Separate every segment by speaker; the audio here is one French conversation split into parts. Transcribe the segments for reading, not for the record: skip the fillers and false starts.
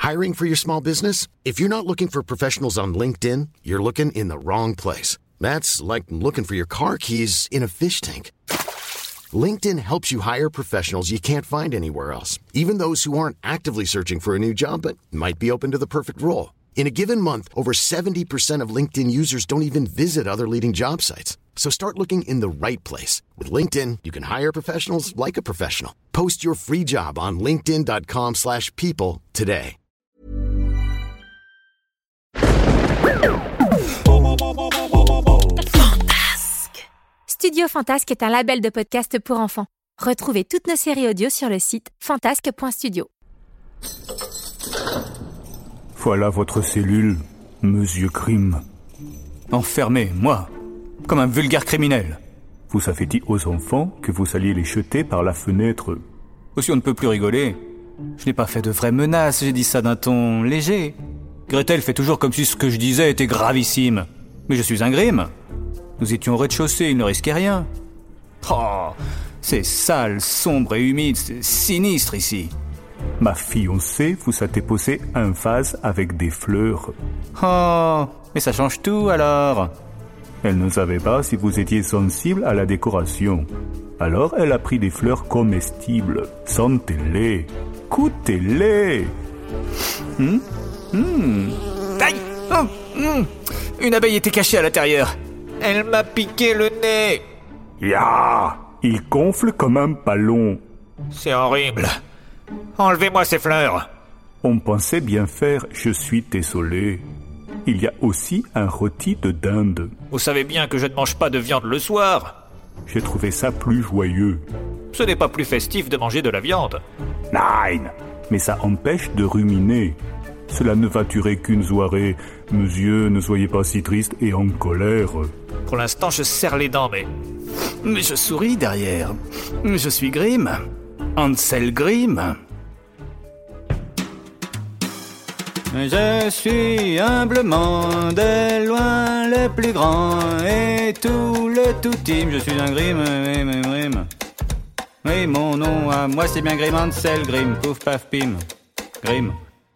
Speaker 1: Hiring for your small business? If you're not looking for professionals on LinkedIn, you're looking in the wrong place. That's like looking for your car keys in a fish tank. LinkedIn helps you hire professionals you can't find anywhere else, even those who aren't actively searching for a new job but might be open to the perfect role. In a given month, over 70% of LinkedIn users don't even visit other leading job sites. So start looking in the right place. With LinkedIn, you can hire professionals like a professional. Post your free job on linkedin.com/people today.
Speaker 2: Fantasque. Studio Fantasque est un label de podcast pour enfants. Retrouvez toutes nos séries audio sur le site fantasque.studio.
Speaker 3: Voilà votre cellule, Monsieur Grimm.
Speaker 4: Enfermé, moi, comme un vulgaire criminel.
Speaker 3: Vous avez dit aux enfants que vous alliez les jeter par la fenêtre.
Speaker 4: Aussi on ne peut plus rigoler. Je n'ai pas fait de vraies menaces, j'ai dit ça d'un ton léger. Gretel fait toujours comme si ce que je disais était gravissime. Mais je suis un Grimm. Nous étions au rez-de-chaussée, il ne risquait rien. Oh, c'est sale, sombre et humide, c'est sinistre ici.
Speaker 3: Ma fiancée vous a déposé un vase avec des fleurs.
Speaker 4: Oh, mais ça change tout alors.
Speaker 3: Elle ne savait pas si vous étiez sensible à la décoration. Alors elle a pris des fleurs comestibles. Sentez-les, goûtez-les.
Speaker 4: Aïe, Une abeille était cachée à l'intérieur. Elle m'a piqué le nez.
Speaker 3: Ya, il gonfle comme un ballon.
Speaker 4: C'est horrible. Enlevez-moi ces fleurs.
Speaker 3: On pensait bien faire, je suis désolé. Il y a aussi un rôti de dinde.
Speaker 4: Vous savez bien que je ne mange pas de viande le soir.
Speaker 3: J'ai trouvé ça plus joyeux.
Speaker 4: Ce n'est pas plus festif de manger de la viande.
Speaker 3: Nein, mais ça empêche de ruminer. Cela ne va durer qu'une soirée. Monsieur, ne soyez pas si triste et en colère.
Speaker 4: Pour l'instant, je serre les dents, mais je souris derrière. Je suis Grimm. Hansel Grimm. Je suis humblement de loin le plus grand et tout le tout team. Je suis un Grimm, Grimm. Oui, mon nom à moi c'est bien Grimm, Hansel Grimm, pouf paf pim. Grimm.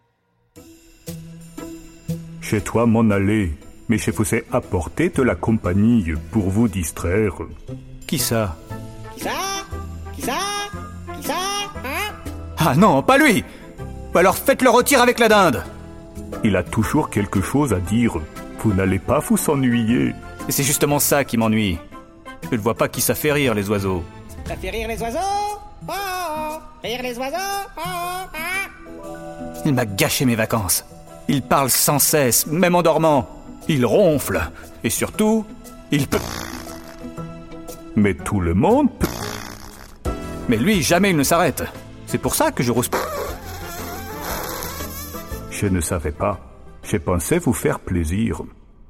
Speaker 3: Je dois m'en aller, mais je vous ai apporté de la compagnie pour vous distraire.
Speaker 4: Qui ça?
Speaker 5: Qui ça hein?
Speaker 4: Ah non, pas lui! Ou alors faites-le rôtir avec la dinde.
Speaker 3: Il a toujours quelque chose à dire. Vous n'allez pas vous ennuyer.
Speaker 4: Et c'est justement ça qui m'ennuie. Je ne vois pas qui ça fait rire, les oiseaux.
Speaker 5: Ça fait rire les oiseaux? Oh, oh. Rire les oiseaux? Oh, oh.
Speaker 4: Il m'a gâché mes vacances. Il parle sans cesse, même en dormant. Il ronfle. Et surtout, il peut...
Speaker 3: Mais tout le monde peut...
Speaker 4: Mais lui, jamais il ne s'arrête. C'est pour ça que je rose...
Speaker 3: Je ne savais pas. Je pensais vous faire plaisir.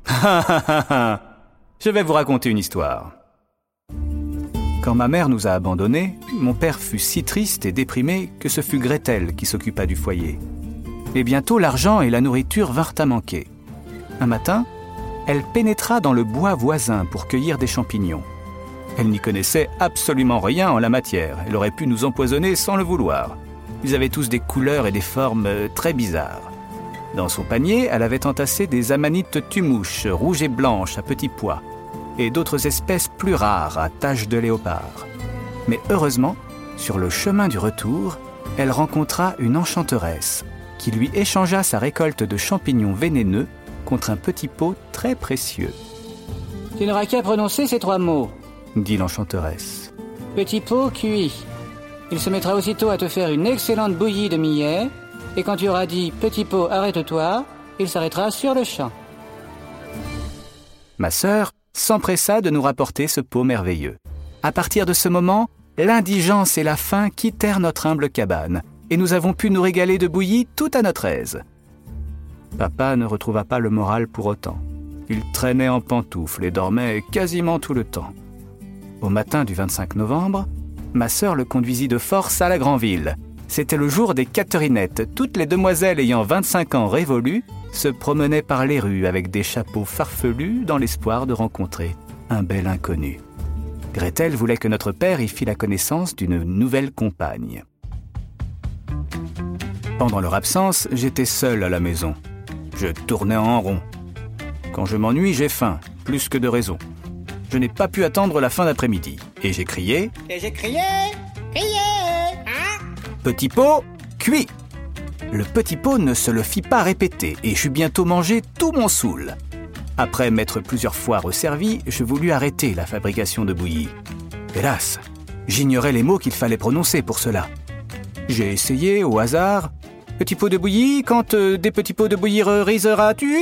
Speaker 4: Je vais vous raconter une histoire. Quand ma mère nous a abandonnés, mon père fut si triste et déprimé que ce fut Gretel qui s'occupa du foyer. Et bientôt, l'argent et la nourriture vinrent à manquer. Un matin, elle pénétra dans le bois voisin pour cueillir des champignons. Elle n'y connaissait absolument rien en la matière. Elle aurait pu nous empoisonner sans le vouloir. Ils avaient tous des couleurs et des formes très bizarres. Dans son panier, elle avait entassé des amanites tumouches, rouges et blanches à petits pois, et d'autres espèces plus rares à taches de léopard. Mais heureusement, sur le chemin du retour, elle rencontra une enchanteresse qui lui échangea sa récolte de champignons vénéneux contre un petit pot très précieux.
Speaker 6: Tu n'auras qu'à prononcer ces 3 mots,
Speaker 4: dit l'enchanteresse.
Speaker 6: Petit pot cuit. Il se mettra aussitôt à te faire une excellente bouillie de millet, et quand tu auras dit « Petit pot, arrête-toi », il s'arrêtera sur le champ.
Speaker 4: Ma sœur s'empressa de nous rapporter ce pot merveilleux. À partir de ce moment, l'indigence et la faim quittèrent notre humble cabane, et nous avons pu nous régaler de bouillie tout à notre aise. Papa ne retrouva pas le moral pour autant. Il traînait en pantoufles et dormait quasiment tout le temps. Au matin du 25 novembre, ma sœur le conduisit de force à la Grand'Ville. C'était le jour des Catherinettes. Toutes les demoiselles ayant 25 ans révolus se promenaient par les rues avec des chapeaux farfelus dans l'espoir de rencontrer un bel inconnu. Gretel voulait que notre père y fît la connaissance d'une nouvelle compagne. Pendant leur absence, j'étais seul à la maison. Je tournais en rond. Quand je m'ennuie, j'ai faim, plus que de raison. Je n'ai pas pu attendre la fin d'après-midi. Et j'ai crié...
Speaker 5: Crié, hein?
Speaker 4: Petit pot, cuit. Le petit pot ne se le fit pas répéter et j'eus bientôt mangé tout mon soûl. Après m'être plusieurs fois resservi, je voulus arrêter la fabrication de bouillie. Hélas, j'ignorais les mots qu'il fallait prononcer pour cela. J'ai essayé au hasard. Petit pot de bouillie, quand des petits pots de bouillie riseras-tu ?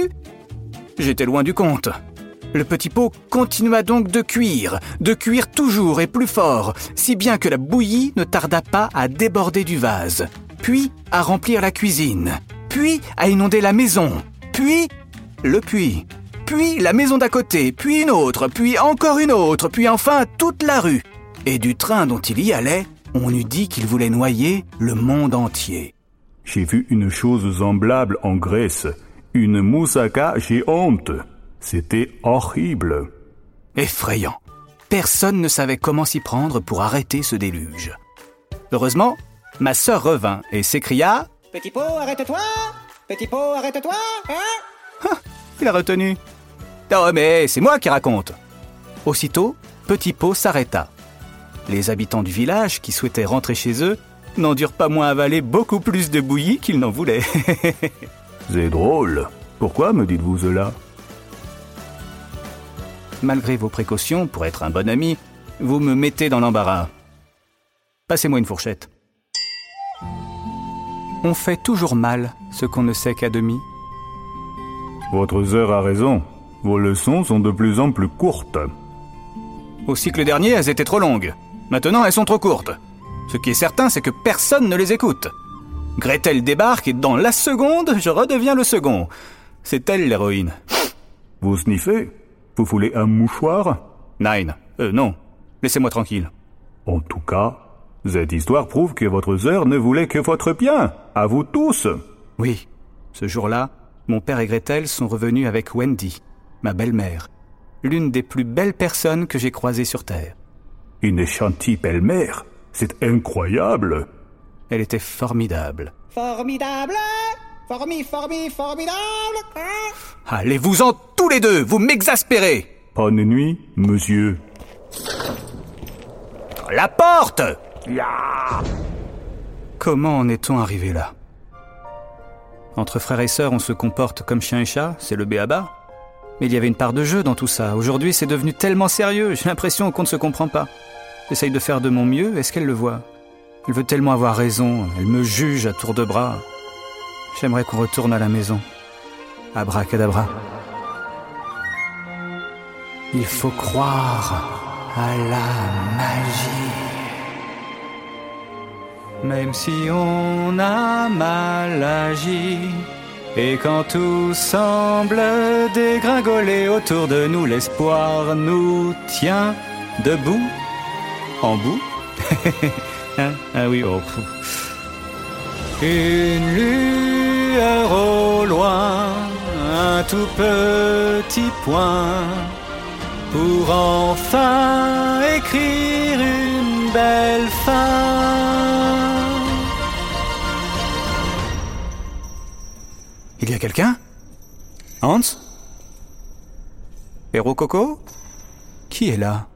Speaker 4: J'étais loin du compte. Le petit pot continua donc de cuire toujours et plus fort, si bien que la bouillie ne tarda pas à déborder du vase, puis à remplir la cuisine, puis à inonder la maison, puis le puits, puis la maison d'à côté, puis une autre, puis encore une autre, puis enfin toute la rue. Et du train dont il y allait, on eût dit qu'il voulait noyer le monde entier.
Speaker 3: J'ai vu une chose semblable en Grèce, une moussaka géante. C'était horrible.
Speaker 4: Effrayant. Personne ne savait comment s'y prendre pour arrêter ce déluge. Heureusement, ma sœur revint et s'écria «
Speaker 5: Petit pot, arrête-toi! Petit pot, arrête-toi! Hein? »
Speaker 4: Il a retenu. « Oh, mais c'est moi qui raconte !» Aussitôt, Petit pot s'arrêta. Les habitants du village, qui souhaitaient rentrer chez eux, n'en durent pas moins avaler beaucoup plus de bouillie qu'ils n'en voulaient.
Speaker 3: C'est drôle. Pourquoi me dites-vous cela ?
Speaker 4: Malgré vos précautions, pour être un bon ami, vous me mettez dans l'embarras. Passez-moi une fourchette. On fait toujours mal ce qu'on ne sait qu'à demi.
Speaker 3: Votre sœur a raison. Vos leçons sont de plus en plus courtes.
Speaker 4: Au cycle dernier, elles étaient trop longues. Maintenant, elles sont trop courtes. Ce qui est certain, c'est que personne ne les écoute. Gretel débarque et dans la seconde, je redeviens le second. C'est elle l'héroïne.
Speaker 3: Vous sniffez ? Vous voulez un mouchoir ?
Speaker 4: Nein. Non. Laissez-moi tranquille.
Speaker 3: En tout cas, cette histoire prouve que votre sœur ne voulait que votre bien, à vous tous.
Speaker 4: Oui. Ce jour-là, mon père et Gretel sont revenus avec Wendy, ma belle-mère, l'une des plus belles personnes que j'ai croisées sur Terre.
Speaker 3: Une gentille belle-mère ? C'est incroyable.
Speaker 4: Elle était formidable.
Speaker 5: Formidable! Formidable! Hein?
Speaker 4: Allez-vous-en tous les deux, vous m'exaspérez!
Speaker 3: Bonne nuit, monsieur.
Speaker 4: La porte! Comment en est-on arrivé là? Entre frères et sœurs, on se comporte comme chien et chat, c'est le b.a.-ba. Mais il y avait une part de jeu dans tout ça. Aujourd'hui, c'est devenu tellement sérieux, j'ai l'impression qu'on ne se comprend pas. J'essaye de faire de mon mieux, est-ce qu'elle le voit? Elle veut tellement avoir raison, elle me juge à tour de bras. J'aimerais qu'on retourne à la maison. Abracadabra. Il faut croire à la magie. Même si on a mal agi, et quand tout semble dégringoler autour de nous, l'espoir nous tient debout, en bout. Hein? Ah oui, oh. Une lueur au loin, un tout petit point, pour enfin écrire une belle fin. Il y a quelqu'un? Hans? Héros Coco? Qui est là?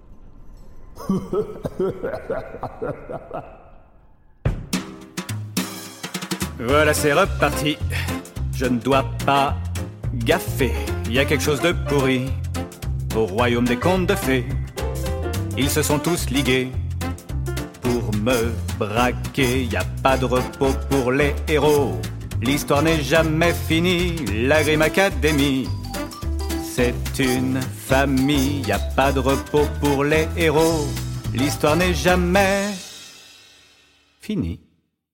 Speaker 4: Voilà, c'est reparti. Je ne dois pas gaffer. Il y a quelque chose de pourri au royaume des contes de fées. Ils se sont tous ligués pour me braquer. Y a pas de repos pour les héros. L'histoire n'est jamais finie. La Grimm Academy, c'est une famille. Y a pas de repos pour les héros. L'histoire n'est jamais finie.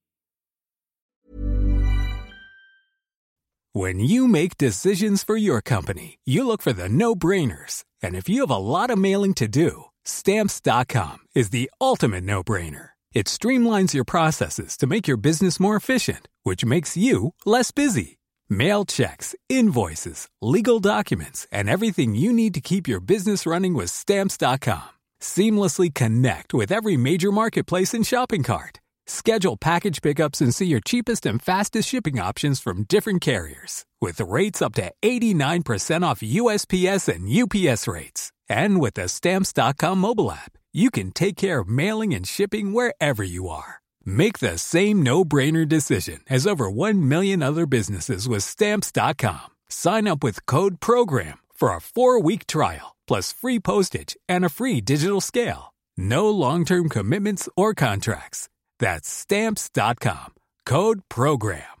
Speaker 7: When you make decisions for your company, you look for the no-brainers. And if you have a lot of mailing to do, Stamps.com is the ultimate no-brainer. It streamlines your processes to make your business more efficient, which makes you less busy. Mail checks, invoices, legal documents, and everything you need to keep your business running with Stamps.com. Seamlessly connect with every major marketplace and shopping cart. Schedule package pickups and see your cheapest and fastest shipping options from different carriers, with rates up to 89% off USPS and UPS rates. And with the Stamps.com mobile app, you can take care of mailing and shipping wherever you are. Make the same no-brainer decision as over 1 million other businesses with Stamps.com. Sign up with code PROGRAM for a 4-week trial, plus free postage and a free digital scale. No long-term commitments or contracts. That's Stamps.com. Code PROGRAM.